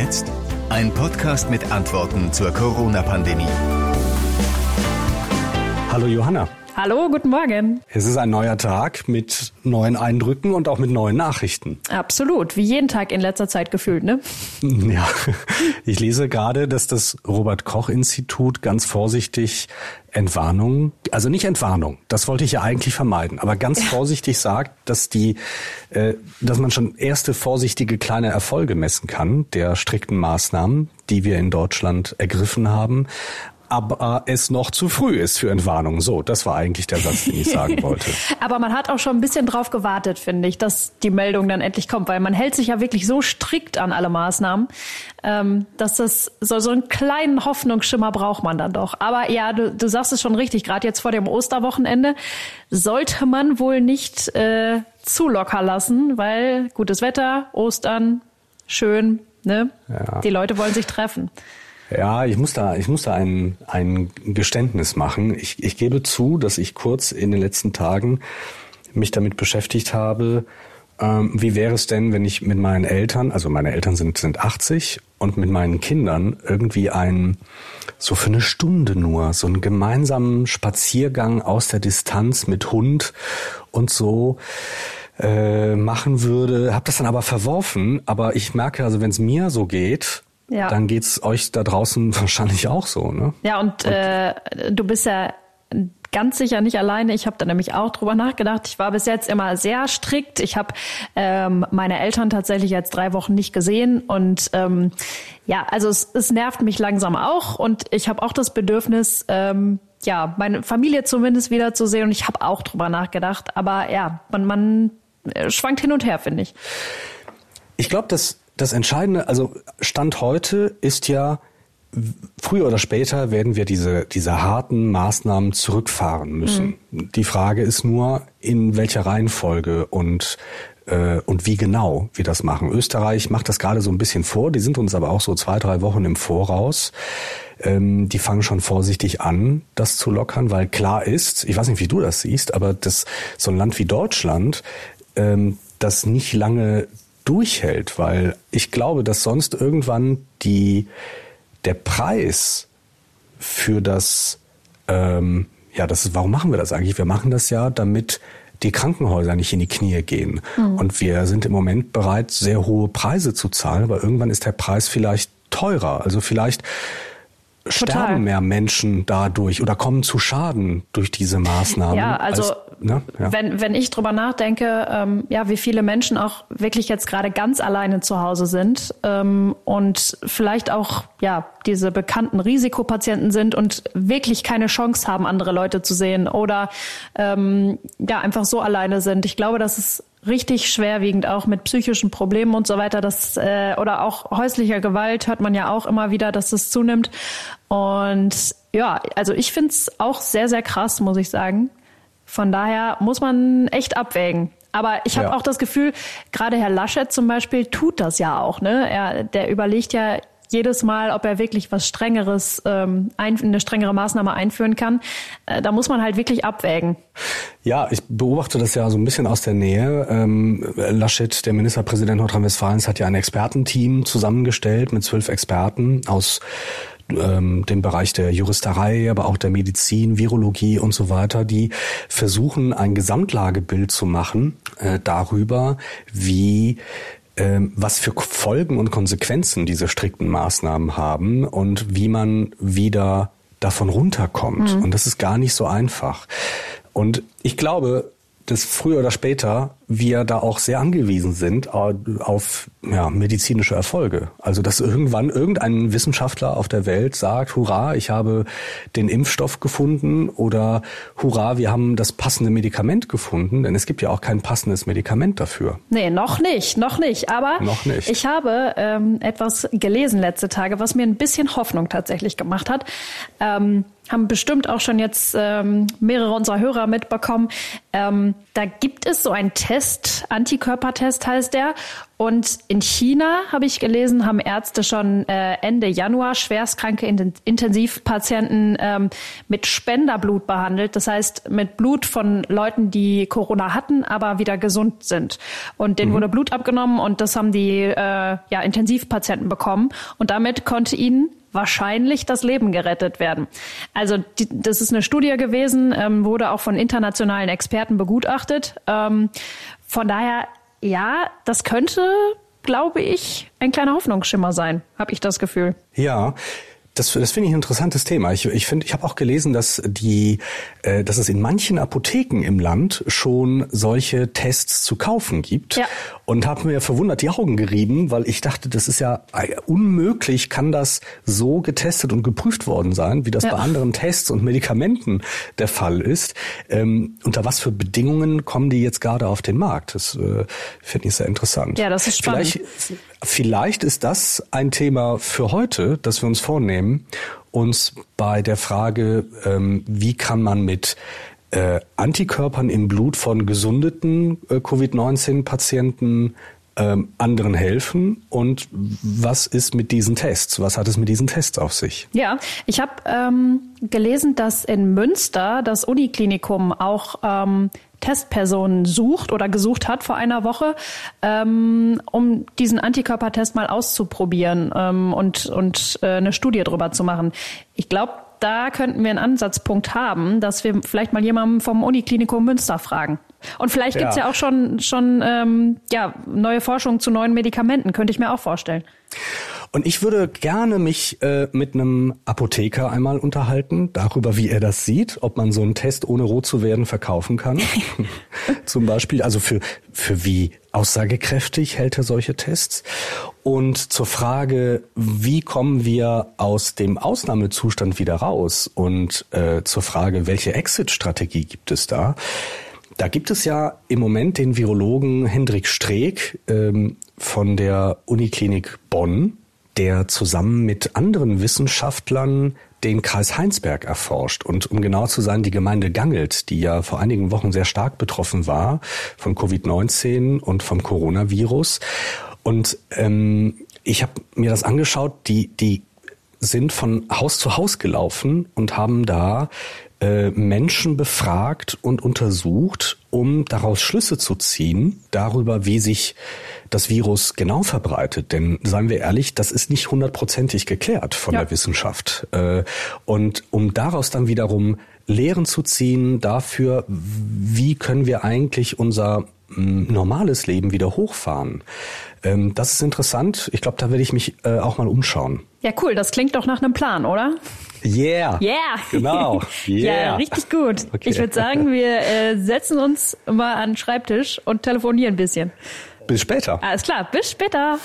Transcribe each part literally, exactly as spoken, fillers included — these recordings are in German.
jetzt? Ein Podcast mit Antworten zur Corona-Pandemie. Hallo Johanna. Hallo, guten Morgen. Es ist ein neuer Tag mit neuen Eindrücken und auch mit neuen Nachrichten. Absolut, wie jeden Tag in letzter Zeit gefühlt, ne? Ja, ich lese gerade, dass das Robert-Koch-Institut ganz vorsichtig Entwarnung, also nicht Entwarnung, das wollte ich ja eigentlich vermeiden, aber ganz ja. vorsichtig sagt, dass die, äh, dass man schon erste vorsichtige kleine Erfolge messen kann der strikten Maßnahmen, die wir in Deutschland ergriffen haben. Aber es noch zu früh ist für Entwarnung. So, das war eigentlich der Satz, den ich sagen wollte. Aber man hat auch schon ein bisschen drauf gewartet, finde ich, dass die Meldung dann endlich kommt, weil man hält sich ja wirklich so strikt an alle Maßnahmen, ähm, dass das so, so einen kleinen Hoffnungsschimmer braucht man dann doch. Aber ja, du, du sagst es schon richtig, gerade jetzt vor dem Osterwochenende sollte man wohl nicht äh, zu locker lassen, weil gutes Wetter, Ostern, schön, ne? Ja. Die Leute wollen sich treffen. Ja, ich muss da, ich muss da ein, ein Geständnis machen. Ich, ich gebe zu, dass ich kurz in den letzten Tagen mich damit beschäftigt habe, ähm, wie wäre es denn, wenn ich mit meinen Eltern, also meine Eltern sind, sind achtzig und mit meinen Kindern irgendwie ein, so für eine Stunde nur, so einen gemeinsamen Spaziergang aus der Distanz mit Hund und so äh, machen würde. Hab das dann aber verworfen, aber ich merke also, wenn es mir so geht, ja. dann geht's euch da draußen wahrscheinlich auch so, ne? Ja, und, und äh, du bist ja ganz sicher nicht alleine. Ich habe da nämlich auch drüber nachgedacht. Ich war bis jetzt immer sehr strikt. Ich habe ähm, meine Eltern tatsächlich jetzt drei Wochen nicht gesehen. Und ähm, ja, also es, es nervt mich langsam auch. Und ich habe auch das Bedürfnis, ähm, ja, meine Familie zumindest wiederzusehen. Und ich habe auch drüber nachgedacht. Aber ja, man, man schwankt hin und her, finde ich. Ich glaube, dass das Entscheidende, also Stand heute ist ja, früher oder später werden wir diese, diese harten Maßnahmen zurückfahren müssen. Mhm. Die Frage ist nur, in welcher Reihenfolge und, äh, und wie genau wir das machen. Österreich macht das gerade so ein bisschen vor, die sind uns aber auch so zwei, drei Wochen im Voraus. Ähm, die fangen schon vorsichtig an, das zu lockern, weil klar ist, ich weiß nicht, wie du das siehst, aber das, so ein Land wie Deutschland, ähm, das nicht lange durchhält, weil ich glaube, dass sonst irgendwann die der Preis für das, ähm, ja, das ist, warum machen wir das eigentlich? Wir machen das ja, damit die Krankenhäuser nicht in die Knie gehen. Mhm. Und wir sind im Moment bereit, sehr hohe Preise zu zahlen, aber irgendwann ist der Preis vielleicht teurer. Also vielleicht sterben Total. mehr Menschen dadurch oder kommen zu Schaden durch diese Maßnahmen. Ja, also als, ne? ja. wenn wenn ich drüber nachdenke, ähm, ja, wie viele Menschen auch wirklich jetzt gerade ganz alleine zu Hause sind ähm, und vielleicht auch ja diese bekannten Risikopatienten sind und wirklich keine Chance haben, andere Leute zu sehen oder ähm, ja einfach so alleine sind. Ich glaube, das ist richtig schwerwiegend, auch mit psychischen Problemen und so weiter. Das äh, oder auch häuslicher Gewalt hört man ja auch immer wieder, dass es zunimmt. Und ja, also ich finde es auch sehr, sehr krass, muss ich sagen. Von daher muss man echt abwägen. Aber ich habe ja. auch das Gefühl, gerade Herr Laschet zum Beispiel tut das ja auch. Ne? Er, der überlegt ja jedes Mal, ob er wirklich was Strengeres, ähm, ein, eine strengere Maßnahme einführen kann. Äh, da muss man halt wirklich abwägen. Ja, ich beobachte das ja so ein bisschen aus der Nähe. Ähm, Laschet, der Ministerpräsident Nordrhein-Westfalens, hat ja ein Expertenteam zusammengestellt mit zwölf Experten aus ähm, dem Bereich der Juristerei, aber auch der Medizin, Virologie und so weiter, die versuchen, ein Gesamtlagebild zu machen äh, darüber, wie was für Folgen und Konsequenzen diese strikten Maßnahmen haben und wie man wieder davon runterkommt. Mhm. Und das ist gar nicht so einfach. Und ich glaube, dass früher oder später wir da auch sehr angewiesen sind auf ja, medizinische Erfolge. Also dass irgendwann irgendein Wissenschaftler auf der Welt sagt, hurra, ich habe den Impfstoff gefunden oder hurra, wir haben das passende Medikament gefunden. Denn es gibt ja auch kein passendes Medikament dafür. Nee, noch nicht, noch nicht. Aber noch nicht. Ich habe ähm, etwas gelesen letzte Tage, was mir ein bisschen Hoffnung tatsächlich gemacht hat. Ähm, haben bestimmt auch schon jetzt ähm, mehrere unserer Hörer mitbekommen. Ähm, da gibt es so einen Test, Test, Antikörpertest heißt der. Und in China, habe ich gelesen, haben Ärzte schon äh, Ende Januar schwerstkranke Intensivpatienten ähm, mit Spenderblut behandelt. Das heißt, mit Blut von Leuten, die Corona hatten, aber wieder gesund sind. Und denen mhm. wurde Blut abgenommen und das haben die äh, ja, Intensivpatienten bekommen. Und damit konnte ihnen wahrscheinlich das Leben gerettet werden. Also die, das ist eine Studie gewesen, ähm, wurde auch von internationalen Experten begutachtet. Ähm, von daher, ja, das könnte, glaube ich, ein kleiner Hoffnungsschimmer sein, habe ich das Gefühl. Ja. Das, das finde ich ein interessantes Thema. Ich, ich finde, ich habe auch gelesen, dass die, äh, dass es in manchen Apotheken im Land schon solche Tests zu kaufen gibt. Ja. Und habe mir verwundert die Augen gerieben, weil ich dachte, das ist ja unmöglich, kann das so getestet und geprüft worden sein, wie das ja. bei anderen Tests und Medikamenten der Fall ist. Ähm, unter was für Bedingungen kommen die jetzt gerade auf den Markt? Das äh, finde ich sehr interessant. Ja, das ist spannend. Vielleicht, vielleicht ist das ein Thema für heute, das wir uns vornehmen, uns bei der Frage, ähm, wie kann man mit äh, Antikörpern im Blut von gesundeten äh, Covid neunzehn Patienten ähm, anderen helfen und was ist mit diesen Tests? Was hat es mit diesen Tests auf sich? Ja, ich habe ähm, gelesen, dass in Münster das Uniklinikum auch ähm, Testpersonen sucht oder gesucht hat vor einer Woche, ähm, um diesen Antikörpertest mal auszuprobieren ähm, und, und äh, eine Studie drüber zu machen. Ich glaube, da könnten wir einen Ansatzpunkt haben, dass wir vielleicht mal jemanden vom Uniklinikum Münster fragen. Und vielleicht gibt's ja. ja auch schon, schon ähm, ja, neue Forschung zu neuen Medikamenten, könnte ich mir auch vorstellen. Und ich würde gerne mich äh, mit einem Apotheker einmal unterhalten, darüber, wie er das sieht, ob man so einen Test, ohne rot zu werden, verkaufen kann. Zum Beispiel, also für, für wie aussagekräftig hält er solche Tests. Und zur Frage, wie kommen wir aus dem Ausnahmezustand wieder raus? Und äh, zur Frage, welche Exit-Strategie gibt es da? Da gibt es ja im Moment den Virologen Hendrik Streeck ähm, von der Uniklinik Bonn, der zusammen mit anderen Wissenschaftlern den Kreis Heinsberg erforscht. Und um genau zu sein, die Gemeinde Gangelt, die ja vor einigen Wochen sehr stark betroffen war von Covid neunzehn und vom Coronavirus. Und ähm, ich habe mir das angeschaut, die, die sind von Haus zu Haus gelaufen und haben da äh, Menschen befragt und untersucht, um daraus Schlüsse zu ziehen darüber, wie sich das Virus genau verbreitet. Denn, seien wir ehrlich, das ist nicht hundertprozentig geklärt von ja. der Wissenschaft. Äh, und um daraus dann wiederum Lehren zu ziehen dafür, wie können wir eigentlich unser m, normales Leben wieder hochfahren. Ähm, das ist interessant. Ich glaube, da werde ich mich äh, auch mal umschauen. Ja, cool. Das klingt doch nach einem Plan, oder? Yeah. Yeah. Genau. Yeah. Ja, richtig gut. Okay. Ich würde sagen, wir äh, setzen uns mal an den Schreibtisch und telefonieren ein bisschen. Bis später. Alles klar, bis später.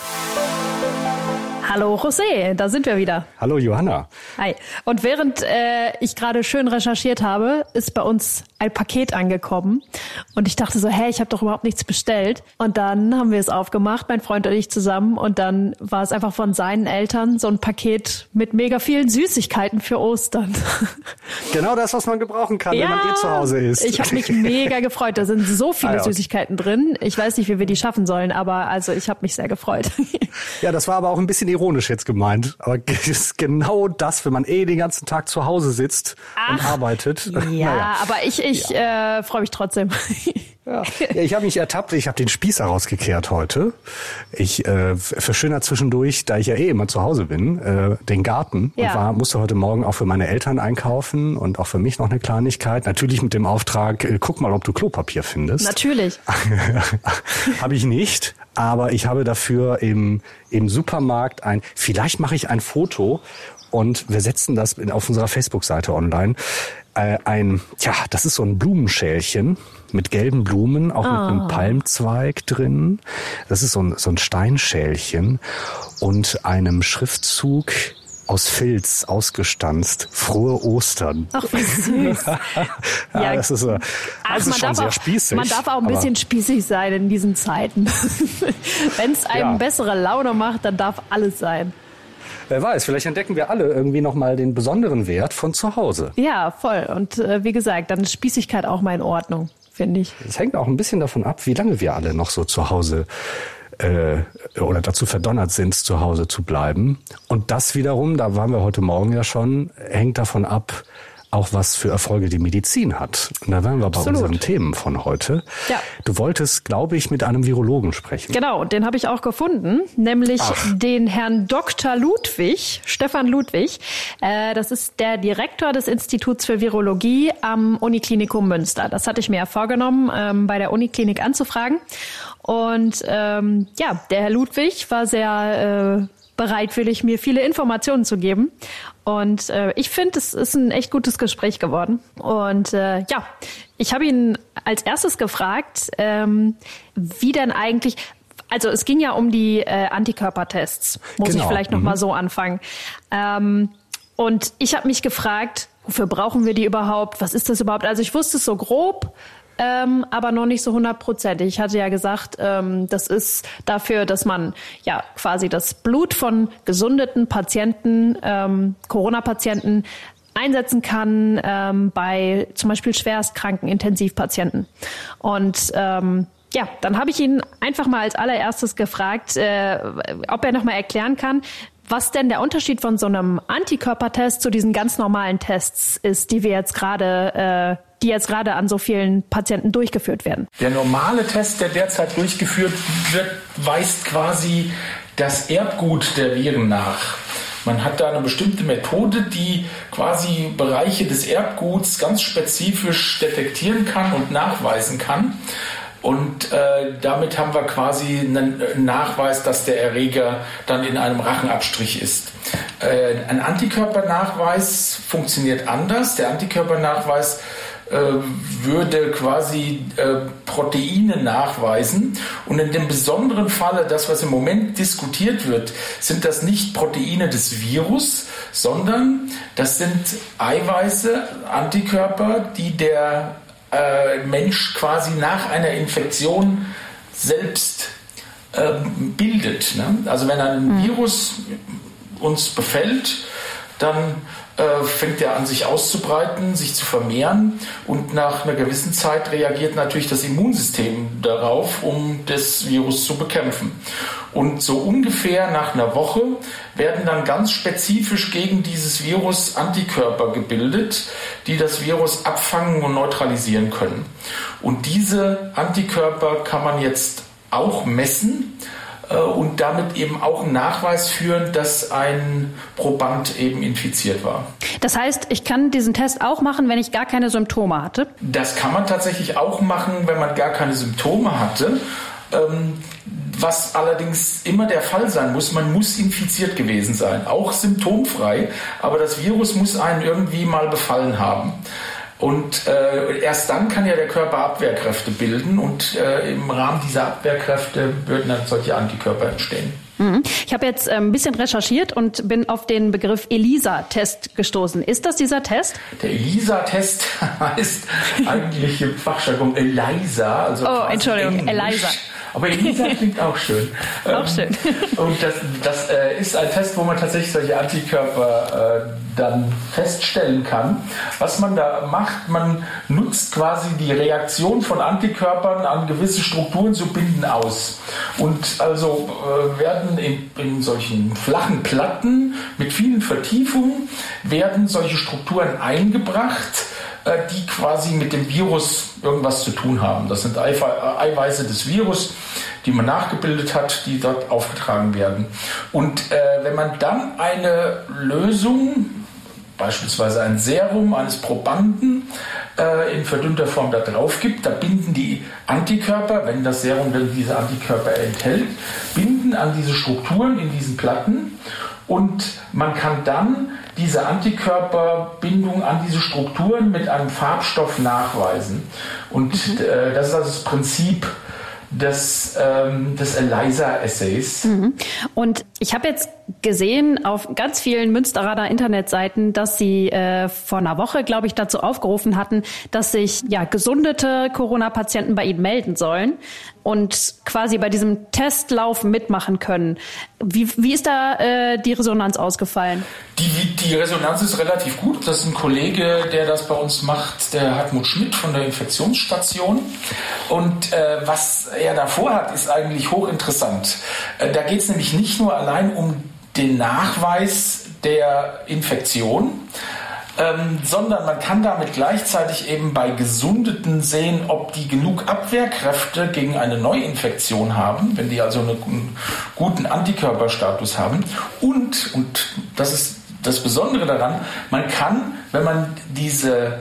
Hallo José, da sind wir wieder. Hallo Johanna. Hi. Und während äh, ich gerade schön recherchiert habe, ist bei uns ein Paket angekommen. Und ich dachte so, hey, ich habe doch überhaupt nichts bestellt. Und dann haben wir es aufgemacht, mein Freund und ich zusammen. Und dann war es einfach von seinen Eltern so ein Paket mit mega vielen Süßigkeiten für Ostern. Genau das, was man gebrauchen kann, ja, wenn man eh zu Hause ist. Ich habe mich mega gefreut. Da sind so viele ah, ja. Süßigkeiten drin. Ich weiß nicht, wie wir die schaffen sollen, aber also ich habe mich sehr gefreut. Ja, das war aber auch ein bisschen ironisch jetzt gemeint. Aber es ist genau das, wenn man eh den ganzen Tag zu Hause sitzt Ach, und arbeitet. Ja, naja. aber ich, ich ja. äh, freue mich trotzdem. Ja, ja ich habe mich ertappt, ich habe den Spießer rausgekehrt heute. Ich äh, verschönere zwischendurch, da ich ja eh immer zu Hause bin, äh, den Garten. Ja. Und war, musste heute Morgen auch für meine Eltern einkaufen und auch für mich noch eine Kleinigkeit. Natürlich mit dem Auftrag, äh, guck mal, ob du Klopapier findest. Natürlich. Habe ich nicht, aber ich habe dafür im, im Supermarkt ein, vielleicht mache ich ein Foto und wir setzen das auf unserer Facebook-Seite online. Äh, ein, tja, das ist so ein Blumenschälchen mit gelben Blumen, auch oh. mit einem Palmzweig drin. Das ist so ein, so ein Steinschälchen und einem Schriftzug aus Filz ausgestanzt. Frohe Ostern. Ach, wie süß. ja, ja, das ist, das Ach, ist schon sehr auch, spießig. Man darf auch ein bisschen spießig sein in diesen Zeiten. Wenn es einem ja. bessere Laune macht, dann darf alles sein. Wer weiß, vielleicht entdecken wir alle irgendwie nochmal den besonderen Wert von zu Hause. Ja, voll. Und äh, wie gesagt, dann ist Spießigkeit auch mal in Ordnung. finde ich. Es hängt auch ein bisschen davon ab, wie lange wir alle noch so zu Hause äh, oder dazu verdonnert sind, zu Hause zu bleiben. Und das wiederum, da waren wir heute Morgen ja schon, hängt davon ab, auch was für Erfolge die Medizin hat. Und da wären wir bei Absolut. unseren Themen von heute. Ja. Du wolltest, glaube ich, mit einem Virologen sprechen. Genau, den habe ich auch gefunden, nämlich Ach. den Herrn Doktor Ludwig, Stefan Ludwig. Äh, das ist der Direktor des Instituts für Virologie am Uniklinikum Münster. Das hatte ich mir ja vorgenommen, ähm, bei der Uniklinik anzufragen. Und ähm, ja, der Herr Ludwig war sehr äh, bereitwillig, mir viele Informationen zu geben. Und äh, ich finde, es ist ein echt gutes Gespräch geworden. Und äh, ja, ich habe ihn als erstes gefragt, ähm, wie denn eigentlich, also es ging ja um die äh, Antikörpertests, muss Genau. ich vielleicht noch Mhm. mal so anfangen. Ähm, und ich habe mich gefragt, wofür brauchen wir die überhaupt? Was ist das überhaupt? Also ich wusste es so grob, Ähm, aber noch nicht so hundertprozentig. Ich hatte ja gesagt, ähm, das ist dafür, dass man ja quasi das Blut von gesundeten Patienten, ähm, Corona-Patienten einsetzen kann ähm, bei zum Beispiel schwerstkranken Intensivpatienten. Und ähm, ja, dann habe ich ihn einfach mal als allererstes gefragt, äh, ob er noch mal erklären kann, was denn der Unterschied von so einem Antikörpertest zu diesen ganz normalen Tests ist, die wir jetzt gerade äh, die jetzt gerade an so vielen Patienten durchgeführt werden. Der normale Test, der derzeit durchgeführt wird, weist quasi das Erbgut der Viren nach. Man hat da eine bestimmte Methode, die quasi Bereiche des Erbguts ganz spezifisch detektieren kann und nachweisen kann. Und äh, damit haben wir quasi einen Nachweis, dass der Erreger dann in einem Rachenabstrich ist. Äh, ein Antikörpernachweis funktioniert anders. Der Antikörpernachweis würde quasi äh, Proteine nachweisen. Und in dem besonderen Falle, das, was im Moment diskutiert wird, sind das nicht Proteine des Virus, sondern das sind Eiweiße, Antikörper, die der äh, Mensch quasi nach einer Infektion selbst äh, bildet. Ne? Also wenn ein mhm. Virus uns befällt, dann fängt er an, sich auszubreiten, sich zu vermehren, und nach einer gewissen Zeit reagiert natürlich das Immunsystem darauf, um das Virus zu bekämpfen. Und so ungefähr nach einer Woche werden dann ganz spezifisch gegen dieses Virus Antikörper gebildet, die das Virus abfangen und neutralisieren können. Und diese Antikörper kann man jetzt auch messen und damit eben auch einen Nachweis führen, dass ein Proband eben infiziert war. Das heißt, ich kann diesen Test auch machen, wenn ich gar keine Symptome hatte? Das kann man tatsächlich auch machen, wenn man gar keine Symptome hatte. Was allerdings immer der Fall sein muss, man muss infiziert gewesen sein, auch symptomfrei, aber das Virus muss einen irgendwie mal befallen haben. Und äh, erst dann kann ja der Körper Abwehrkräfte bilden, und äh, im Rahmen dieser Abwehrkräfte würden dann solche Antikörper entstehen. Mhm. Ich habe jetzt ein bisschen recherchiert und bin auf den Begriff ELISA-Test gestoßen. Ist das dieser Test? Der ELISA-Test heißt eigentlich im Fachjargon ELISA. Also oh, Entschuldigung, Englisch. ELISA. Aber ELISA klingt auch schön. Auch schön. Und das, das äh, ist ein Test, wo man tatsächlich solche Antikörper äh, dann feststellen kann. Was man da macht, man nutzt quasi die Reaktion von Antikörpern an gewisse Strukturen zu binden aus. Und also äh, werden in, in solchen flachen Platten mit vielen Vertiefungen werden solche Strukturen eingebracht, die quasi mit dem Virus irgendwas zu tun haben. Das sind Eiweiße des Virus, die man nachgebildet hat, die dort aufgetragen werden. Und äh, wenn man dann eine Lösung, beispielsweise ein Serum eines Probanden, äh, in verdünnter Form da drauf gibt, da binden die Antikörper, wenn das Serum dann diese Antikörper enthält, binden an diese Strukturen in diesen Platten. Und man kann dann diese Antikörperbindung an diese Strukturen mit einem Farbstoff nachweisen. Und mhm. äh, das ist also das Prinzip des, ähm, des ELISA-Assays. Mhm. Und ich habe jetzt gesehen auf ganz vielen Münsteraner Internetseiten, dass sie äh, vor einer Woche, glaube ich, dazu aufgerufen hatten, dass sich ja gesundete Corona-Patienten bei ihnen melden sollen. und quasi bei diesem Testlauf mitmachen können. Wie, wie ist da äh, die Resonanz ausgefallen? Die, die Resonanz ist relativ gut. Das ist ein Kollege, der das bei uns macht, der Hartmut Schmidt von der Infektionsstation. Und äh, was er da vorhat, ist eigentlich hochinteressant. Äh, da geht es nämlich nicht nur allein um den Nachweis der Infektion, ähm, sondern man kann damit gleichzeitig eben bei Gesundeten sehen, ob die genug Abwehrkräfte gegen eine Neuinfektion haben, wenn die also einen guten Antikörperstatus haben. Und, und das ist das Besondere daran, man kann, wenn man diese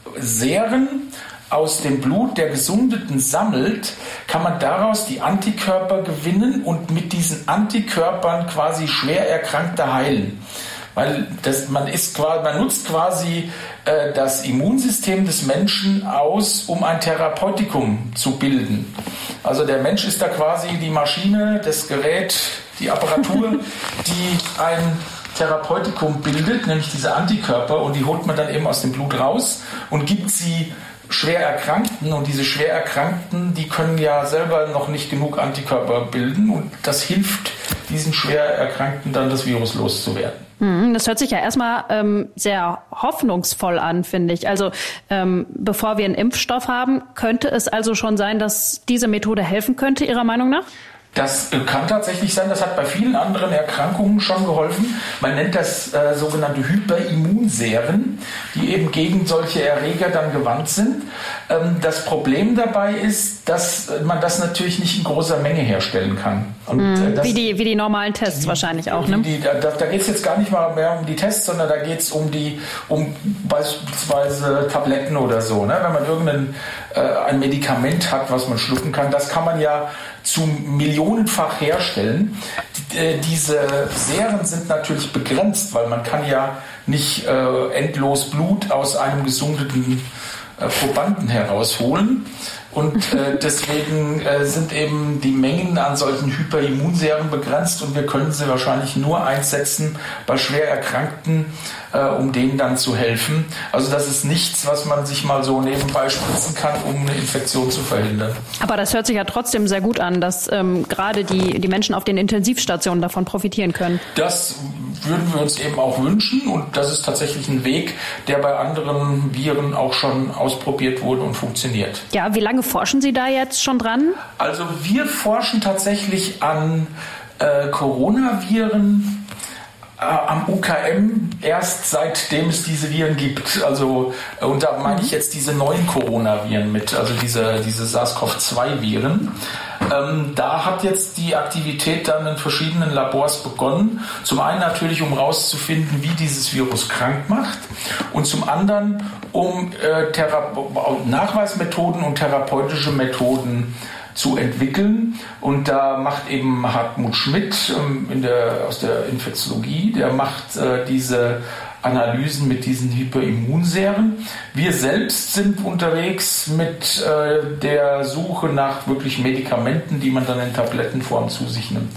Seren aus dem Blut der Gesundeten sammelt, kann man daraus die Antikörper gewinnen und mit diesen Antikörpern quasi schwer Erkrankte heilen. Weil das, man, ist, man nutzt quasi äh, das Immunsystem des Menschen aus, um ein Therapeutikum zu bilden. Also der Mensch ist da quasi die Maschine, das Gerät, die Apparatur, die ein Therapeutikum bildet, nämlich diese Antikörper, und die holt man dann eben aus dem Blut raus und gibt sie schwer Erkrankten, und diese schwer Erkrankten, die können ja selber noch nicht genug Antikörper bilden, und das hilft diesen schwer Erkrankten dann, das Virus loszuwerden. Das hört sich ja erstmal ähm, sehr hoffnungsvoll an, finde ich. Also ähm, bevor wir einen Impfstoff haben, könnte es also schon sein, dass diese Methode helfen könnte, Ihrer Meinung nach? Das kann tatsächlich sein, das hat bei vielen anderen Erkrankungen schon geholfen. Man nennt das äh, sogenannte Hyperimmunseren, die eben gegen solche Erreger dann gewandt sind. Ähm, das Problem dabei ist, dass man das natürlich nicht in großer Menge herstellen kann. Und, mm, äh, das, wie, die, wie die normalen Tests die, wahrscheinlich auch, ne? Die, da da geht es jetzt gar nicht mal mehr um die Tests, sondern da geht es um die, um beispielsweise Tabletten oder so. Ne? Wenn man irgendein äh, ein Medikament hat, was man schlucken kann, das kann man ja zu millionenfach herstellen. Die, diese Seren sind natürlich begrenzt, weil man kann ja nicht äh, endlos Blut aus einem gesundeten äh, Probanden herausholen. Und äh, deswegen äh, sind eben die Mengen an solchen Hyperimmunseren begrenzt, und wir können sie wahrscheinlich nur einsetzen bei schwer Erkrankten, äh, um denen dann zu helfen. Also das ist nichts, was man sich mal so nebenbei spritzen kann, um eine Infektion zu verhindern. Aber das hört sich ja trotzdem sehr gut an, dass ähm, gerade die, die Menschen auf den Intensivstationen davon profitieren können. Das würden wir uns eben auch wünschen, und das ist tatsächlich ein Weg, der bei anderen Viren auch schon ausprobiert wurde und funktioniert. Ja, wie lange forschen Sie da jetzt schon dran? Also wir forschen tatsächlich an äh, Coronaviren äh, am U K M erst seitdem es diese Viren gibt. Also, und da meine ich jetzt diese neuen Coronaviren mit, also diese, diese SARS-C o V zwei Viren. Ähm, da hat jetzt die Aktivität dann in verschiedenen Labors begonnen. Zum einen natürlich, um herauszufinden, wie dieses Virus krank macht, und zum anderen, um äh, Thera- Nachweismethoden und therapeutische Methoden zu entwickeln. Und da macht eben Hartmut Schmidt ähm, in der, aus der Infektiologie, der macht äh, diese Analysen mit diesen Hyperimmunseren. Wir selbst sind unterwegs mit äh, der Suche nach wirklich Medikamenten, die man dann in Tablettenform zu sich nimmt.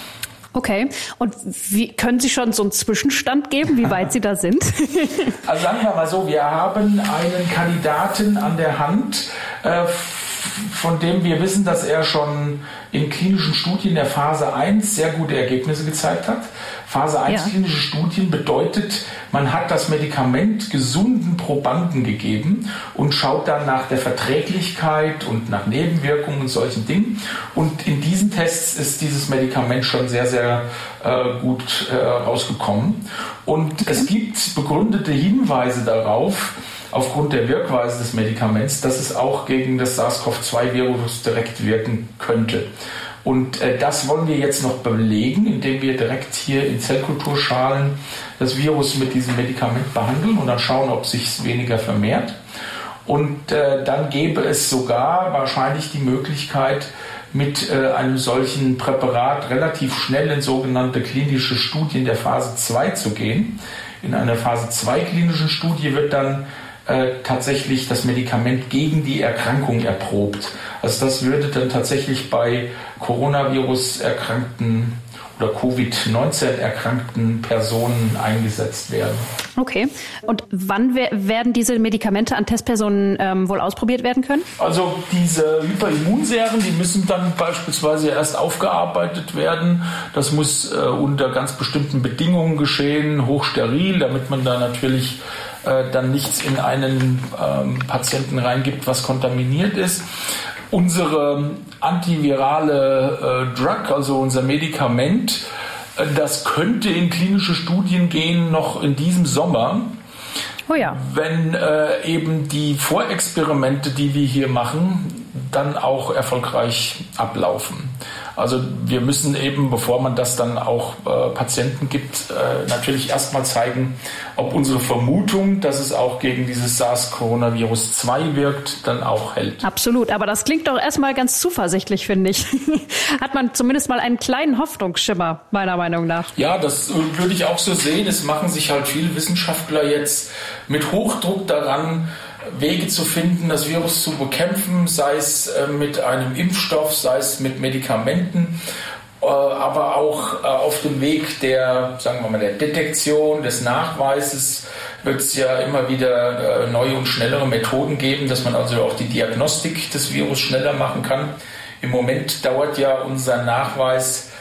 Okay. Und wie können Sie schon so einen Zwischenstand geben, wie weit Sie da sind? Also sagen wir mal so, wir haben einen Kandidaten an der Hand, äh, von dem wir wissen, dass er schon in klinischen Studien der Phase eins sehr gute Ergebnisse gezeigt hat. Phase eins ja. Klinische Studien bedeutet, man hat das Medikament gesunden Probanden gegeben und schaut dann nach der Verträglichkeit und nach Nebenwirkungen und solchen Dingen. Und in diesen Tests ist dieses Medikament schon sehr, sehr äh, gut äh, rausgekommen. Und okay. Es gibt begründete Hinweise darauf, aufgrund der Wirkweise des Medikaments, dass es auch gegen das SARS-C o V zwei Virus direkt wirken könnte. Und äh, das wollen wir jetzt noch belegen, indem wir direkt hier in Zellkulturschalen das Virus mit diesem Medikament behandeln und dann schauen, ob es sich weniger vermehrt. Und äh, dann gäbe es sogar wahrscheinlich die Möglichkeit, mit äh, einem solchen Präparat relativ schnell in sogenannte klinische Studien der Phase zwei zu gehen. In einer Phase zwei klinischen Studie wird dann äh, tatsächlich das Medikament gegen die Erkrankung erprobt. Also das würde dann tatsächlich bei Coronavirus-Erkrankten oder Covid neunzehn erkrankten Personen eingesetzt werden. Okay. Und wann we- werden diese Medikamente an Testpersonen ähm, wohl ausprobiert werden können? Also diese Hyperimmunserien, die müssen dann beispielsweise erst aufgearbeitet werden. Das muss äh, unter ganz bestimmten Bedingungen geschehen, hochsteril, damit man da natürlich äh, dann nichts in einen ähm, Patienten reingibt, was kontaminiert ist. Unsere antivirale äh, Drug, also unser Medikament, äh, das könnte in klinische Studien gehen noch in diesem Sommer. Oh ja. Wenn äh, eben die Vorexperimente, die wir hier machen, dann auch erfolgreich ablaufen. Also wir müssen eben, bevor man das dann auch äh, Patienten gibt, äh, natürlich erstmal zeigen, ob unsere Vermutung, dass es auch gegen dieses SARS-Coronavirus zwei wirkt, dann auch hält. Absolut, aber das klingt doch erstmal ganz zuversichtlich, finde ich. Hat man zumindest mal einen kleinen Hoffnungsschimmer, meiner Meinung nach. Ja, das äh, würde ich auch so sehen. Es machen sich halt viele Wissenschaftler jetzt mit Hochdruck daran, Wege zu finden, das Virus zu bekämpfen, sei es äh, mit einem Impfstoff, sei es mit Medikamenten, äh, aber auch äh, auf dem Weg der, sagen wir mal, der Detektion, des Nachweises wird es ja immer wieder äh, neue und schnellere Methoden geben, dass man also auch die Diagnostik des Virus schneller machen kann. Im Moment dauert ja unser Nachweis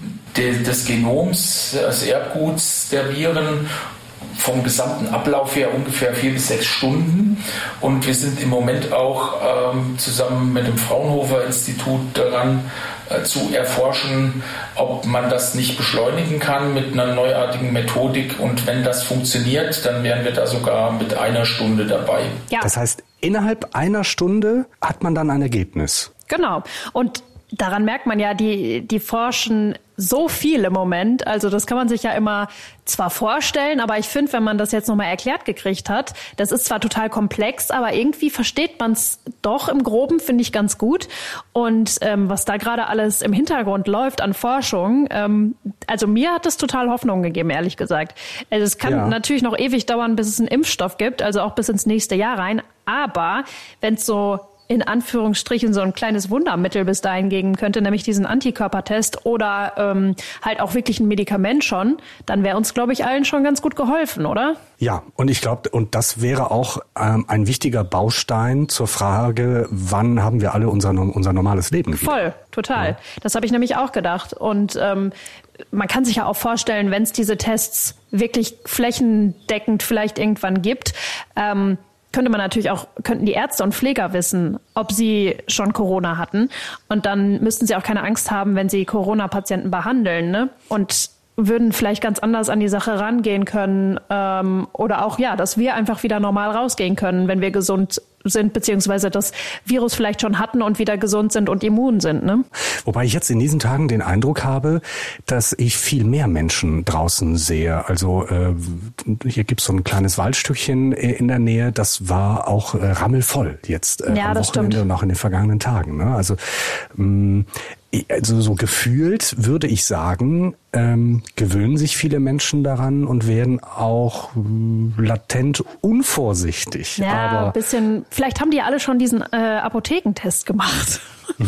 de, des Genoms, des Erbguts der Viren vom gesamten Ablauf her ungefähr vier bis sechs Stunden. Und wir sind im Moment auch ähm, zusammen mit dem Fraunhofer-Institut daran äh, zu erforschen, ob man das nicht beschleunigen kann mit einer neuartigen Methodik. Und wenn das funktioniert, dann wären wir da sogar mit einer Stunde dabei. Ja. Das heißt, innerhalb einer Stunde hat man dann ein Ergebnis. Genau. Und daran merkt man ja, die, die forschen so viel im Moment. Also das kann man sich ja immer zwar vorstellen, aber ich finde, wenn man das jetzt nochmal erklärt gekriegt hat, das ist zwar total komplex, aber irgendwie versteht man es doch im Groben, finde ich ganz gut. Und ähm, was da gerade alles im Hintergrund läuft an Forschung, ähm, also mir hat das total Hoffnung gegeben, ehrlich gesagt. Also es kann Ja. natürlich noch ewig dauern, bis es einen Impfstoff gibt, also auch bis ins nächste Jahr rein. Aber wenn es so in Anführungsstrichen so ein kleines Wundermittel bis dahin geben könnte, nämlich diesen Antikörpertest oder ähm, halt auch wirklich ein Medikament schon, dann wäre uns, glaube ich, allen schon ganz gut geholfen, oder? Ja, und ich glaube, und das wäre auch ähm, ein wichtiger Baustein zur Frage, wann haben wir alle unser, unser normales Leben wieder? Voll, total. Ja. Das habe ich nämlich auch gedacht. Und ähm, man kann sich ja auch vorstellen, wenn es diese Tests wirklich flächendeckend vielleicht irgendwann gibt, ähm, könnte man natürlich auch, könnten die Ärzte und Pfleger wissen, ob sie schon Corona hatten. Und dann müssten sie auch keine Angst haben, wenn sie Corona-Patienten behandeln, ne? Und würden vielleicht ganz anders an die Sache rangehen können. Ähm, oder auch, ja, dass wir einfach wieder normal rausgehen können, wenn wir gesund sind, beziehungsweise das Virus vielleicht schon hatten und wieder gesund sind und immun sind, ne? Wobei ich jetzt in diesen Tagen den Eindruck habe, dass ich viel mehr Menschen draußen sehe. Also äh, hier gibt's so ein kleines Waldstückchen in der Nähe, das war auch äh, rammelvoll jetzt äh, ja, am das Wochenende stimmt. und auch in den vergangenen Tagen. Ne? Also mh, Also so gefühlt würde ich sagen, ähm, gewöhnen sich viele Menschen daran und werden auch äh, latent unvorsichtig. Ja, Aber ein bisschen. Vielleicht haben die ja alle schon diesen äh, Apothekentest gemacht.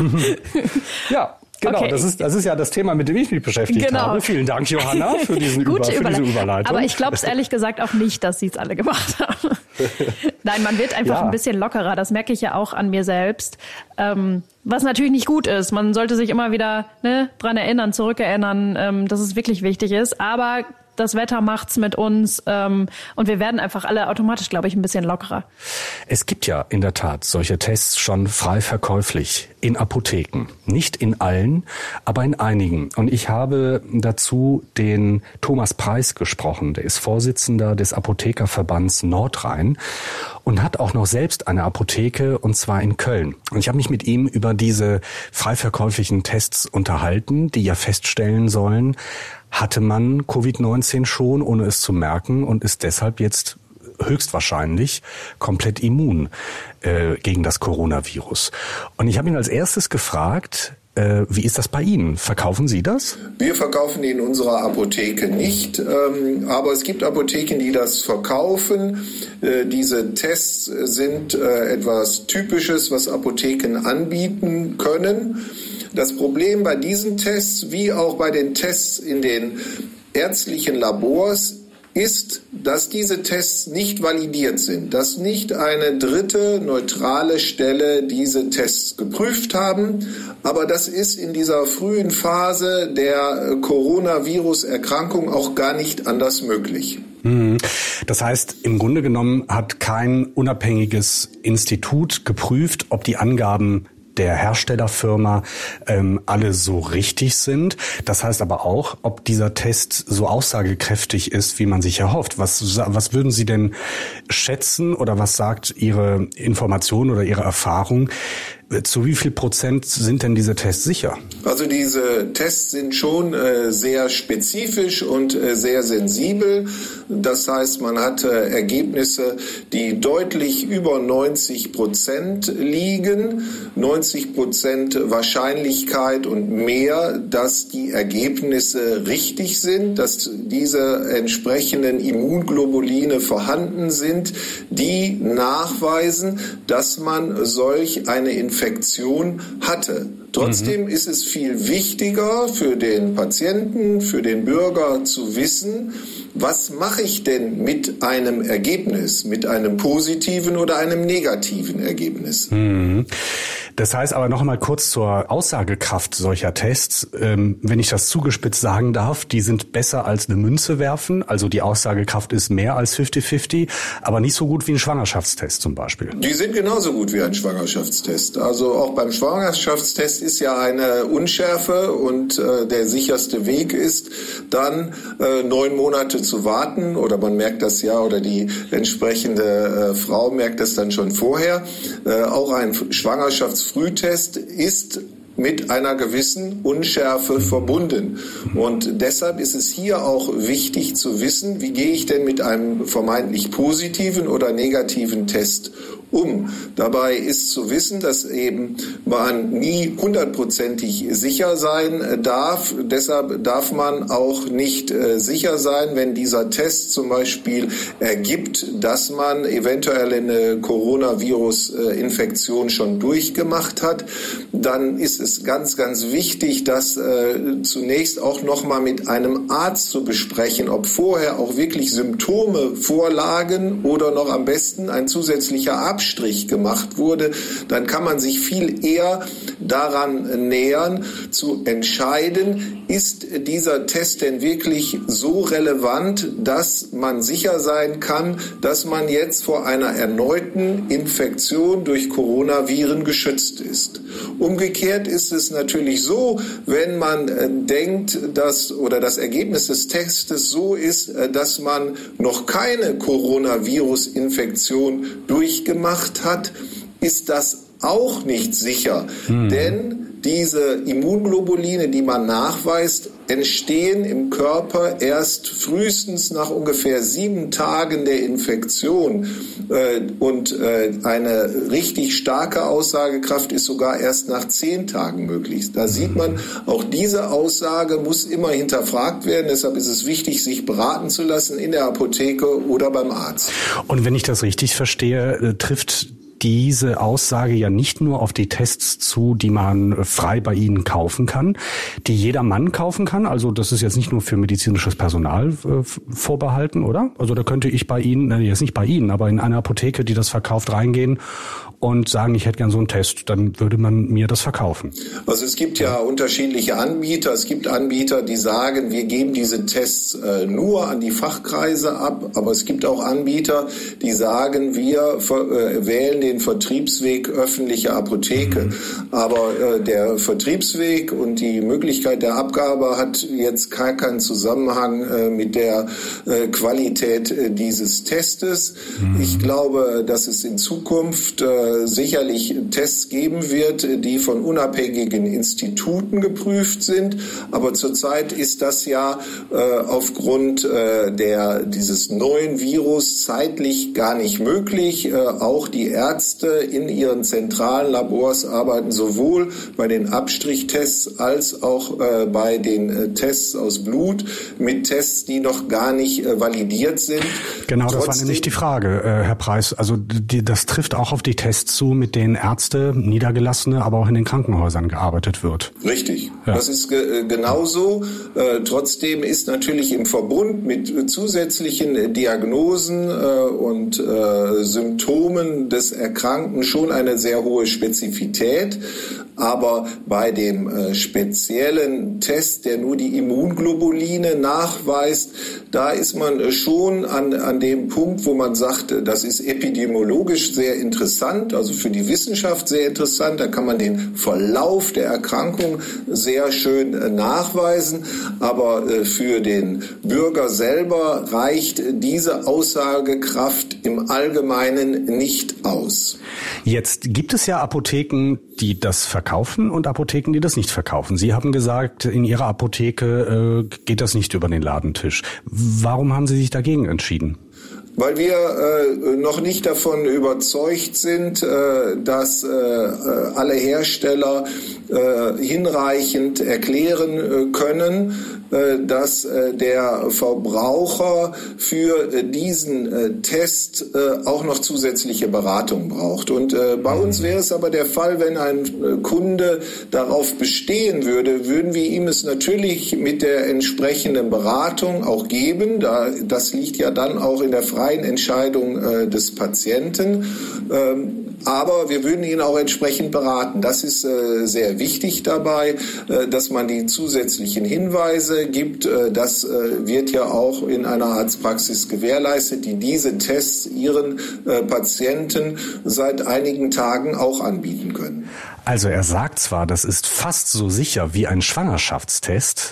ja. Genau, Okay. das ist das ist ja das Thema, mit dem ich mich beschäftigt Genau. habe. Vielen Dank, Johanna, für, diesen Über, Gute für diese Überle- Überleitung. Aber ich glaube es ehrlich gesagt auch nicht, dass sie es alle gemacht haben. Nein, man wird einfach Ja. ein bisschen lockerer. Das merke ich ja auch an mir selbst. Ähm, was natürlich nicht gut ist. Man sollte sich immer wieder ne, dran erinnern, zurückerinnern, ähm, dass es wirklich wichtig ist. Aber das Wetter macht's mit uns ähm, und wir werden einfach alle automatisch, glaube ich, ein bisschen lockerer. Es gibt ja in der Tat solche Tests schon frei verkäuflich in Apotheken. Nicht in allen, aber in einigen. Und ich habe dazu den Thomas Preis gesprochen. Der ist Vorsitzender des Apothekerverbands Nordrhein und hat auch noch selbst eine Apotheke, und zwar in Köln. Und ich habe mich mit ihm über diese frei verkäuflichen Tests unterhalten, die ja feststellen sollen, hatte man Covid neunzehn schon, ohne es zu merken, und ist deshalb jetzt höchstwahrscheinlich komplett immun äh, gegen das Coronavirus. Und ich habe ihn als erstes gefragt, äh, wie ist das bei Ihnen? Verkaufen Sie das? Wir verkaufen die in unserer Apotheke nicht, ähm, aber es gibt Apotheken, die das verkaufen. Äh, diese Tests sind äh, etwas Typisches, was Apotheken anbieten können. Das Problem bei diesen Tests, wie auch bei den Tests in den ärztlichen Labors, ist, dass diese Tests nicht validiert sind, dass nicht eine dritte neutrale Stelle diese Tests geprüft haben. Aber das ist in dieser frühen Phase der Coronavirus-Erkrankung auch gar nicht anders möglich. Das heißt, im Grunde genommen hat kein unabhängiges Institut geprüft, ob die Angaben der Herstellerfirma ähm, alle so richtig sind. Das heißt aber auch, ob dieser Test so aussagekräftig ist, wie man sich erhofft. Was, was würden Sie denn schätzen oder was sagt Ihre Information oder Ihre Erfahrung? Zu wie viel Prozent sind denn diese Tests sicher? Also diese Tests sind schon äh, sehr spezifisch und äh, sehr sensibel. Das heißt, man hat äh, Ergebnisse, die deutlich über neunzig Prozent liegen. neunzig Prozent Wahrscheinlichkeit und mehr, dass die Ergebnisse richtig sind, dass diese entsprechenden Immunglobuline vorhanden sind, die nachweisen, dass man solch eine Infektion Infektion hatte. Trotzdem mhm. ist es viel wichtiger für den Patienten, für den Bürger zu wissen, was mache ich denn mit einem Ergebnis, mit einem positiven oder einem negativen Ergebnis. Mhm. Das heißt aber noch einmal kurz zur Aussagekraft solcher Tests. Ähm, wenn ich das zugespitzt sagen darf, die sind besser als eine Münze werfen. Also die Aussagekraft ist mehr als fünfzig fünfzig, aber nicht so gut wie ein Schwangerschaftstest zum Beispiel. Die sind genauso gut wie ein Schwangerschaftstest. Also auch beim Schwangerschaftstest ist ja eine Unschärfe und äh, der sicherste Weg ist, dann äh, neun Monate zu warten, oder man merkt das ja, oder die entsprechende äh, Frau merkt das dann schon vorher. Äh, auch ein Schwangerschaftsfrühtest ist mit einer gewissen Unschärfe verbunden. Und deshalb ist es hier auch wichtig zu wissen, wie gehe ich denn mit einem vermeintlich positiven oder negativen Test um. Dabei ist zu wissen, dass eben man nie hundertprozentig sicher sein darf. Deshalb darf man auch nicht äh, sicher sein, wenn dieser Test zum Beispiel ergibt, dass man eventuell eine Coronavirus-Infektion schon durchgemacht hat. Dann ist es ganz, ganz wichtig, das äh, zunächst auch nochmal mit einem Arzt zu besprechen, ob vorher auch wirklich Symptome vorlagen oder noch am besten ein zusätzlicher Abstrich gemacht wurde. Dann kann man sich viel eher daran nähern, zu entscheiden, ist dieser Test denn wirklich so relevant, dass man sicher sein kann, dass man jetzt vor einer erneuten Infektion durch Coronaviren geschützt ist. Umgekehrt ist es natürlich so, wenn man äh, denkt, dass oder das Ergebnis des Testes so ist, äh, dass man noch keine Coronavirus-Infektion durchgemacht hat, ist das auch nicht sicher. Hm. Denn diese Immunglobuline, die man nachweist, entstehen im Körper erst frühestens nach ungefähr sieben Tagen der Infektion. Und eine richtig starke Aussagekraft ist sogar erst nach zehn Tagen möglich. Da sieht man, auch diese Aussage muss immer hinterfragt werden. Deshalb ist es wichtig, sich beraten zu lassen in der Apotheke oder beim Arzt. Und wenn ich das richtig verstehe, trifft diese Aussage ja nicht nur auf die Tests zu, die man frei bei Ihnen kaufen kann, die jeder Mann kaufen kann. Also das ist jetzt nicht nur für medizinisches Personal äh, vorbehalten, oder? Also da könnte ich bei Ihnen, äh, jetzt nicht bei Ihnen, aber in einer Apotheke, die das verkauft, reingehen und sagen, ich hätte gern so einen Test, dann würde man mir das verkaufen. Also es gibt ja unterschiedliche Anbieter. Es gibt Anbieter, die sagen, wir geben diese Tests äh, nur an die Fachkreise ab, aber es gibt auch Anbieter, die sagen, wir äh, wählen den Vertriebsweg öffentliche Apotheke. Mhm. Aber äh, der Vertriebsweg und die Möglichkeit der Abgabe hat jetzt gar keinen Zusammenhang äh, mit der äh, Qualität äh, dieses Testes. Mhm. Ich glaube, dass es in Zukunft äh, sicherlich Tests geben wird, die von unabhängigen Instituten geprüft sind. Aber zurzeit ist das ja äh, aufgrund äh, der, dieses neuen Virus zeitlich gar nicht möglich. Äh, auch die Ärzte in ihren zentralen Labors arbeiten sowohl bei den Abstrichtests als auch äh, bei den äh, Tests aus Blut mit Tests, die noch gar nicht äh, validiert sind. Genau, Trotzdem, das war nämlich die Frage, äh, Herr Preiß. Also die, das trifft auch auf die Tests Tests zu, mit denen Ärzte, Niedergelassene, aber auch in den Krankenhäusern gearbeitet wird. Richtig, ja. Das ist ge- genauso. Äh, trotzdem ist natürlich im Verbund mit zusätzlichen Diagnosen äh, und äh, Symptomen des Erkrankten schon eine sehr hohe Spezifität. Aber bei dem äh, speziellen Test, der nur die Immunglobuline nachweist, da ist man äh, schon an, an dem Punkt, wo man sagt, äh, das ist epidemiologisch sehr interessant, also für die Wissenschaft sehr interessant. Da kann man den Verlauf der Erkrankung sehr schön äh, nachweisen. Aber äh, für den Bürger selber reicht äh, diese Aussagekraft im Allgemeinen nicht aus. Jetzt gibt es ja Apotheken, die das verkaufen und Apotheken, die das nicht verkaufen. Sie haben gesagt, in Ihrer Apotheke äh, geht das nicht über den Ladentisch. Warum haben Sie sich dagegen entschieden? Weil wir äh, noch nicht davon überzeugt sind, äh, dass äh, alle Hersteller äh, hinreichend erklären äh, können, äh, dass äh, der Verbraucher für äh, diesen äh, Test äh, auch noch zusätzliche Beratung braucht. Und äh, bei uns wäre es aber der Fall, wenn ein äh, Kunde darauf bestehen würde, würden wir ihm es natürlich mit der entsprechenden Beratung auch geben. Da, das liegt ja dann auch in der freien Entscheidung äh, des Patienten. Ähm, aber wir würden ihn auch entsprechend beraten. Das ist äh, sehr wichtig dabei, äh, dass man die zusätzlichen Hinweise gibt. Äh, das äh, wird ja auch in einer Arztpraxis gewährleistet, die diese Tests ihren äh, Patienten seit einigen Tagen auch anbieten können. Also er sagt zwar, das ist fast so sicher wie ein Schwangerschaftstest,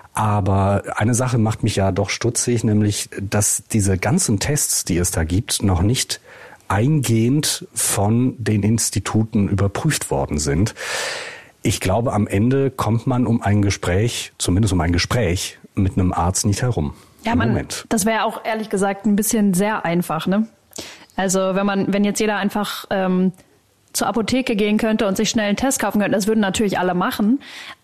aber eine Sache macht mich ja doch stutzig, nämlich, dass diese ganzen Tests, die es da gibt, noch nicht eingehend von den Instituten überprüft worden sind. Ich glaube, am Ende kommt man um ein Gespräch, zumindest um ein Gespräch, mit einem Arzt nicht herum. Ja, man, Moment. Das wäre auch ehrlich gesagt ein bisschen sehr einfach, ne? Also wenn man, wenn jetzt jeder einfach ähm, zur Apotheke gehen könnte und sich schnell einen Test kaufen könnte, das würden natürlich alle machen.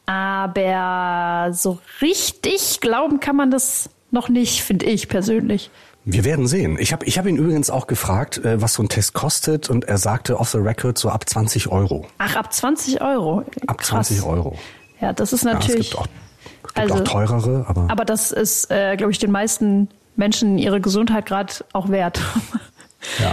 Aber so richtig glauben kann man das noch nicht, finde ich persönlich. Wir werden sehen. Ich habe ich hab ihn übrigens auch gefragt, was so ein Test kostet, und er sagte off the record so ab zwanzig Euro. Ach, ab zwanzig Euro? Ab zwanzig Euro. Ja, das ist natürlich... Ja, es gibt auch, es gibt also, auch teurere, aber... Aber das ist, äh, glaube ich, den meisten Menschen ihre Gesundheit gerade auch wert. Ja.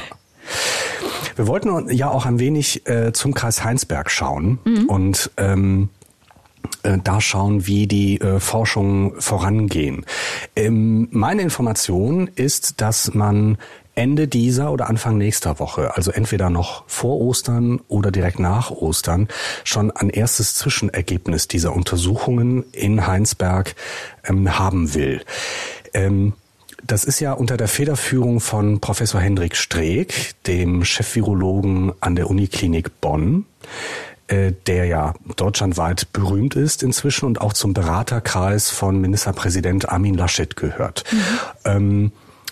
Wir wollten ja auch ein wenig äh, zum Kreis Heinsberg schauen mhm. und ähm, äh, da schauen, wie die äh, Forschungen vorangehen. Ähm, meine Information ist, dass man Ende dieser oder Anfang nächster Woche, also entweder noch vor Ostern oder direkt nach Ostern, schon ein erstes Zwischenergebnis dieser Untersuchungen in Heinsberg ähm, haben will. Ähm, Das ist ja unter der Federführung von Professor Hendrik Streeck, dem Chefvirologen an der Uniklinik Bonn, äh, der ja deutschlandweit berühmt ist inzwischen und auch zum Beraterkreis von Ministerpräsident Armin Laschet gehört. Mhm. Ähm,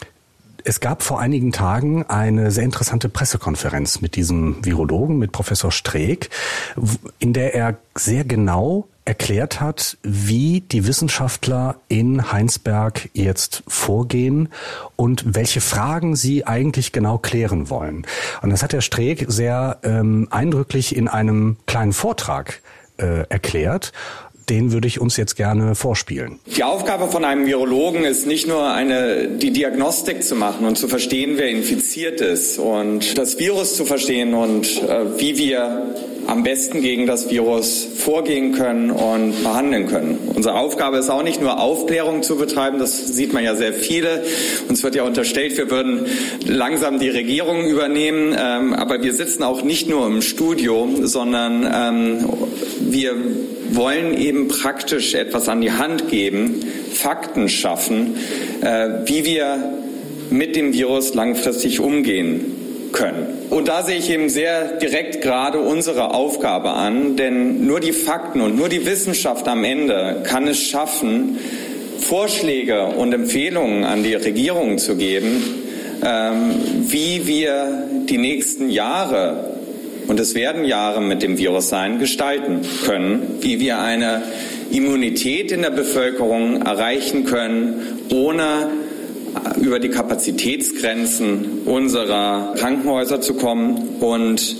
es gab vor einigen Tagen eine sehr interessante Pressekonferenz mit diesem Virologen, mit Professor Streeck, in der er sehr genau erklärt hat, wie die Wissenschaftler in Heinsberg jetzt vorgehen und welche Fragen sie eigentlich genau klären wollen. Und das hat Herr Streeck sehr ähm, eindrücklich in einem kleinen Vortrag äh, erklärt. Den würde ich uns jetzt gerne vorspielen. Die Aufgabe von einem Virologen ist nicht nur eine, die Diagnostik zu machen und zu verstehen, wer infiziert ist und das Virus zu verstehen und äh, wie wir am besten gegen das Virus vorgehen können und behandeln können. Unsere Aufgabe ist auch nicht nur Aufklärung zu betreiben, das sieht man ja sehr viele. Uns wird ja unterstellt, wir würden langsam die Regierung übernehmen, ähm, aber wir sitzen auch nicht nur im Studio, sondern ähm, wir wollen eben praktisch etwas an die Hand geben, Fakten schaffen, äh, wie wir mit dem Virus langfristig umgehen können. Und da sehe ich eben sehr direkt gerade unsere Aufgabe an, denn nur die Fakten und nur die Wissenschaft am Ende kann es schaffen, Vorschläge und Empfehlungen an die Regierung zu geben, ähm, wie wir die nächsten Jahre, und es werden Jahre mit dem Virus sein, gestalten können, wie wir eine Immunität in der Bevölkerung erreichen können, ohne über die Kapazitätsgrenzen unserer Krankenhäuser zu kommen und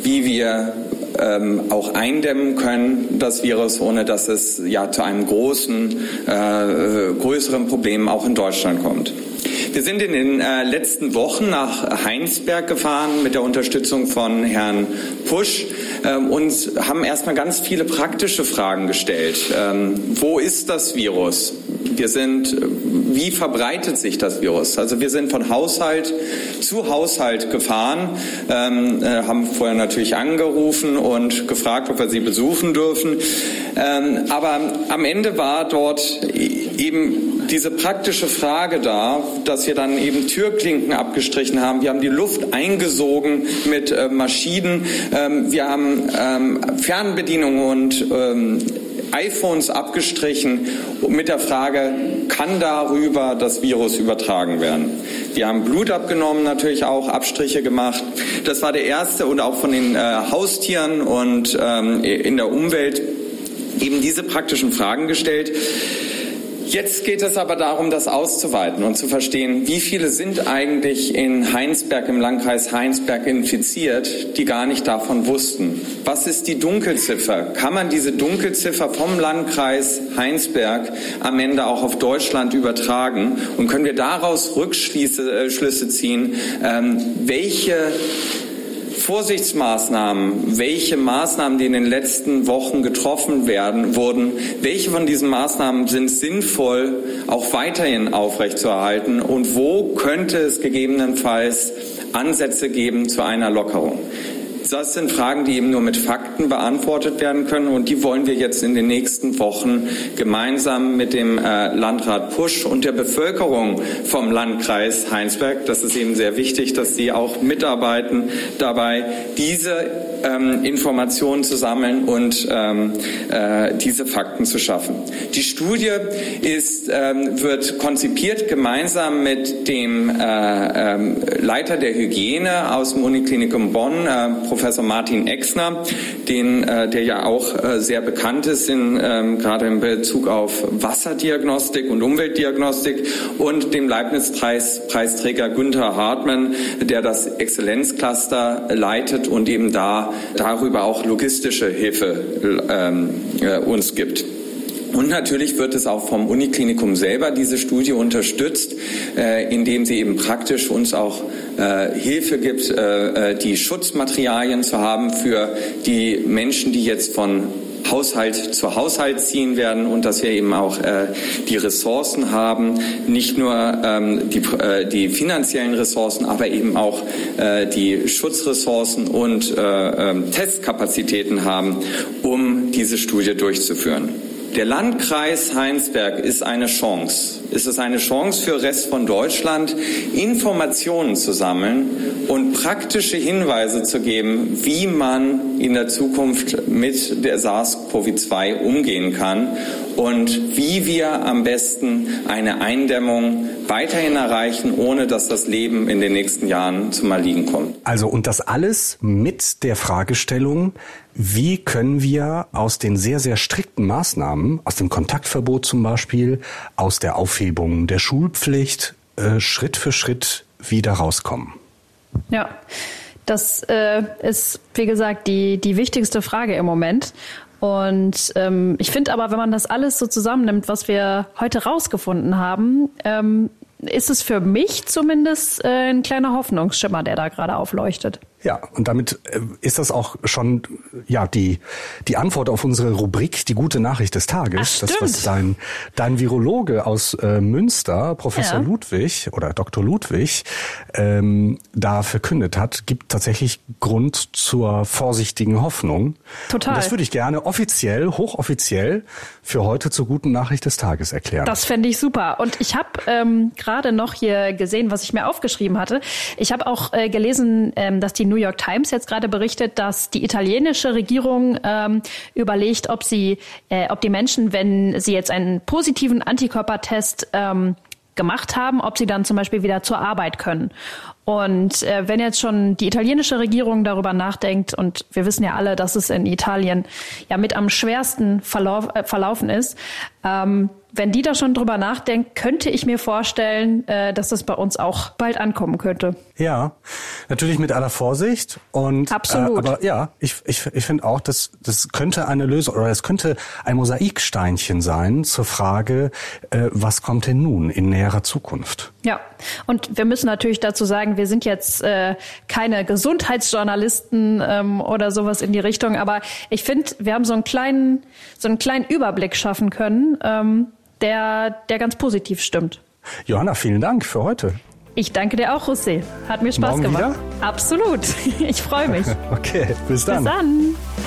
wie wir ähm, auch eindämmen können, das Virus, ohne dass es ja zu einem großen, äh, größeren Problem auch in Deutschland kommt. Wir sind in den äh, letzten Wochen nach Heinsberg gefahren mit der Unterstützung von Herrn Pusch ähm, und haben erstmal ganz viele praktische Fragen gestellt. Ähm, wo ist das Virus? Wir sind, wie verbreitet sich das Virus? Also wir sind von Haushalt zu Haushalt gefahren, ähm, äh, haben vorher natürlich angerufen und gefragt, ob wir sie besuchen dürfen. Ähm, aber am Ende war dort eben diese praktische Frage da, dass wir dann eben Türklinken abgestrichen haben. Wir haben die Luft eingesogen mit äh, Maschinen. Ähm, wir haben ähm, Fernbedienungen und ähm, iPhones abgestrichen mit der Frage, kann darüber das Virus übertragen werden? Wir haben Blut abgenommen, natürlich auch Abstriche gemacht. Das war der erste und auch von den äh, Haustieren und ähm, in der Umwelt eben diese praktischen Fragen gestellt. Jetzt geht es aber darum, das auszuweiten und zu verstehen, wie viele sind eigentlich in Heinsberg, im Landkreis Heinsberg infiziert, die gar nicht davon wussten. Was ist die Dunkelziffer? Kann man diese Dunkelziffer vom Landkreis Heinsberg am Ende auch auf Deutschland übertragen? Und können wir daraus Rückschlüsse äh, Schlüsse ziehen, ähm, welche Vorsichtsmaßnahmen, welche Maßnahmen, die in den letzten Wochen getroffen werden, wurden, welche von diesen Maßnahmen sind sinnvoll, auch weiterhin aufrechtzuerhalten und wo könnte es gegebenenfalls Ansätze geben zu einer Lockerung? Das sind Fragen, die eben nur mit Fakten beantwortet werden können und die wollen wir jetzt in den nächsten Wochen gemeinsam mit dem äh, Landrat Pusch und der Bevölkerung vom Landkreis Heinsberg, das ist eben sehr wichtig, dass sie auch mitarbeiten dabei, diese ähm, Informationen zu sammeln und ähm, äh, diese Fakten zu schaffen. Die Studie ist, ähm, wird konzipiert gemeinsam mit dem äh, äh, Leiter der Hygiene aus dem Uniklinikum Bonn, äh, Professor Martin Exner, den, äh, der ja auch äh, sehr bekannt ist, in, ähm, gerade in Bezug auf Wasserdiagnostik und Umweltdiagnostik, und dem Leibniz-Preisträger Günther Hartmann, der das Exzellenzcluster leitet und eben da darüber auch logistische Hilfe ähm, äh, uns gibt. Und natürlich wird es auch vom Uniklinikum selber diese Studie unterstützt, äh, indem sie eben praktisch uns auch äh, Hilfe gibt, äh, die Schutzmaterialien zu haben für die Menschen, die jetzt von Haushalt zu Haushalt ziehen werden, und dass wir eben auch äh, die Ressourcen haben, nicht nur ähm, die, äh, die finanziellen Ressourcen, aber eben auch äh, die Schutzressourcen und äh, äh, Testkapazitäten haben, um diese Studie durchzuführen. Der Landkreis Heinsberg ist eine Chance. Es ist eine Chance für den Rest von Deutschland, Informationen zu sammeln und praktische Hinweise zu geben, wie man in der Zukunft mit der SARS-CoV zwei umgehen kann und wie wir am besten eine Eindämmung weiterhin erreichen, ohne dass das Leben in den nächsten Jahren zum Erliegen kommt. Also und das alles mit der Fragestellung, wie können wir aus den sehr, sehr strikten Maßnahmen, aus dem Kontaktverbot zum Beispiel, aus der Aufhebung der Schulpflicht, äh, Schritt für Schritt wieder rauskommen? Ja, das äh, ist, wie gesagt, die, die wichtigste Frage im Moment. Und ähm, ich finde aber, wenn man das alles so zusammennimmt, was wir heute rausgefunden haben, ähm, ist es für mich zumindest äh, ein kleiner Hoffnungsschimmer, der da gerade aufleuchtet. Ja, und damit ist das auch schon ja die die Antwort auf unsere Rubrik, die gute Nachricht des Tages. Ach, das, was dein dein Virologe aus äh, Münster, Professor ja. Ludwig oder Doktor Ludwig, ähm, da verkündet hat, gibt tatsächlich Grund zur vorsichtigen Hoffnung. Total. Und das würde ich gerne offiziell, hochoffiziell für heute zur guten Nachricht des Tages erklären. Das fände ich super. Und ich habe ähm, gerade noch hier gesehen, was ich mir aufgeschrieben hatte. Ich habe auch äh, gelesen, ähm, dass die New York Times jetzt gerade berichtet, dass die italienische Regierung ähm, überlegt, ob sie, äh, ob die Menschen, wenn sie jetzt einen positiven Antikörpertest ähm, gemacht haben, ob sie dann zum Beispiel wieder zur Arbeit können. Und äh, wenn jetzt schon die italienische Regierung darüber nachdenkt, und wir wissen ja alle, dass es in Italien ja mit am schwersten verlauf, äh, verlaufen ist, ähm, wenn die da schon drüber nachdenkt, könnte ich mir vorstellen, äh, dass das bei uns auch bald ankommen könnte. Ja, natürlich mit aller Vorsicht. Und, Absolut. Äh, aber ja, ich, ich, ich finde auch, dass das könnte eine Lösung oder es könnte ein Mosaiksteinchen sein zur Frage, äh, was kommt denn nun in näherer Zukunft? Ja, und wir müssen natürlich dazu sagen, wir sind jetzt äh, keine Gesundheitsjournalisten ähm, oder sowas in die Richtung, aber ich finde, wir haben so einen kleinen, so einen kleinen Überblick schaffen können, ähm, der, der ganz positiv stimmt. Johanna, vielen Dank für heute. Ich danke dir auch, José. Hat mir Spaß Morgen gemacht. Wieder? Absolut. Ich freue mich. Okay, bis dann. Bis dann.